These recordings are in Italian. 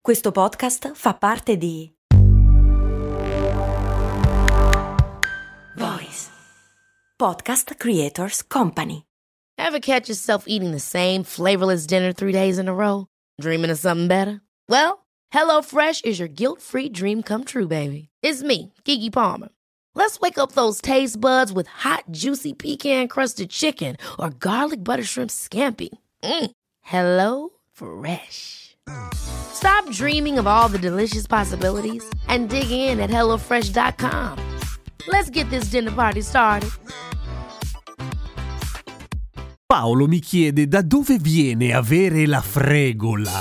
Questo podcast fa parte di Voice Podcast Creators Company. Ever catch yourself eating the same flavorless dinner 3 days in a row? Dreaming of something better? Well, HelloFresh is your guilt-free dream come true, baby. It's me, Keke Palmer. Let's wake up those taste buds with hot, juicy pecan-crusted chicken or garlic butter shrimp scampi. Hello Fresh. Stop dreaming of all the delicious possibilities and dig in at HelloFresh.com. Let's get this dinner party started. Paolo mi chiede da dove viene avere la fregola.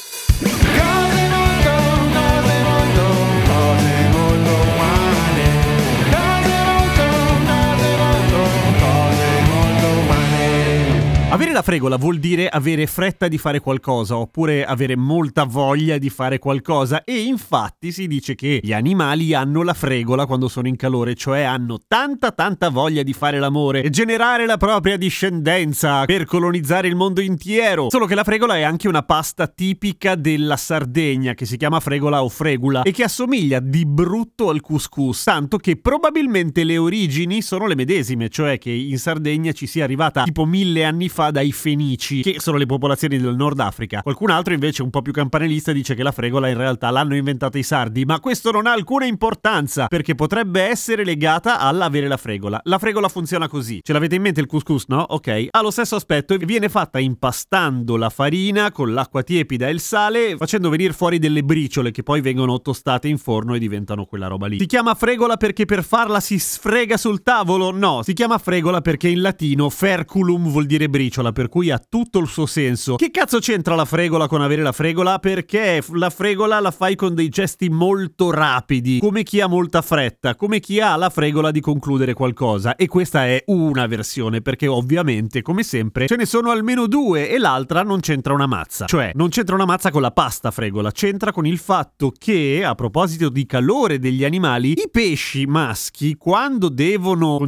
Avere la fregola vuol dire avere fretta di fare qualcosa oppure avere molta voglia di fare qualcosa, e infatti si dice che gli animali hanno la fregola quando sono in calore, cioè hanno tanta voglia di fare l'amore e generare la propria discendenza per colonizzare il mondo intero. Solo che la fregola è anche una pasta tipica della Sardegna che si chiama fregola o fregula e che assomiglia di brutto al couscous, tanto che probabilmente le origini sono le medesime, cioè che in Sardegna ci sia arrivata tipo 1000 anni fa dai Fenici, che sono le popolazioni del Nord Africa. Qualcun altro invece, un po' più campanilista, dice che la fregola in realtà l'hanno inventata i sardi, ma questo non ha alcuna importanza perché potrebbe essere legata all'avere la fregola. La fregola funziona così: ce l'avete in mente il couscous, no? Ok, ha lo stesso aspetto e viene fatta impastando la farina con l'acqua tiepida e il sale, facendo venire fuori delle briciole che poi vengono tostate in forno e diventano quella roba lì. Si chiama fregola perché per farla si sfrega sul tavolo? No, si chiama fregola perché in latino ferculum vuol dire briciola, per cui ha tutto il suo senso. Che cazzo c'entra la fregola con avere la fregola? Perché la fregola la fai con dei gesti molto rapidi, come chi ha molta fretta, come chi ha la fregola di concludere qualcosa, e questa è una versione, perché ovviamente, come sempre, ce ne sono almeno due e l'altra non c'entra una mazza. Cioè, non c'entra una mazza con la pasta fregola, c'entra con il fatto che, a proposito di calore degli animali, i pesci maschi, quando devono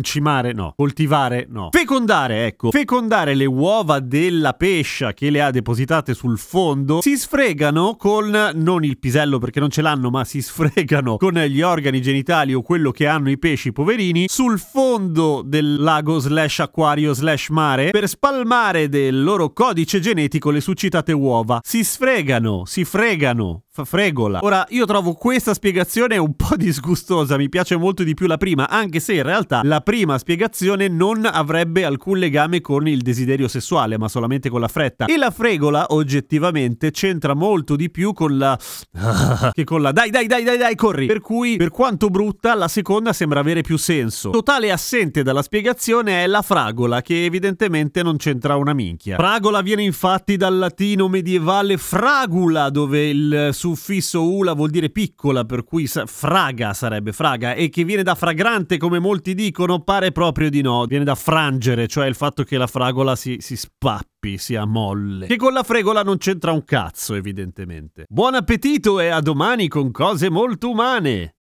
fecondare le uova della pescia che le ha depositate sul fondo, si sfregano con, non il pisello perché non ce l'hanno, ma si sfregano con gli organi genitali o quello che hanno i pesci poverini sul fondo del lago / acquario / mare per spalmare del loro codice genetico le succitate uova. Si fregano. Fregola. Ora, io trovo questa spiegazione un po' disgustosa, mi piace molto di più la prima, anche se in realtà la prima spiegazione non avrebbe alcun legame con il desiderio sessuale, ma solamente con la fretta. E la fregola oggettivamente c'entra molto di più con la che con la dai corri. Per cui, per quanto brutta, la seconda sembra avere più senso. Totale assente dalla spiegazione è la fragola, che evidentemente non c'entra una minchia. Fragola viene infatti dal latino medievale fragula, dove il suffisso ula vuol dire piccola, per cui fraga sarebbe fraga, e che viene da fragrante, come molti dicono. Pare proprio di no, viene da frangere, cioè il fatto che la fragola si spappi, sia molle, che con la fregola non c'entra un cazzo evidentemente. Buon appetito e a domani con cose molto umane.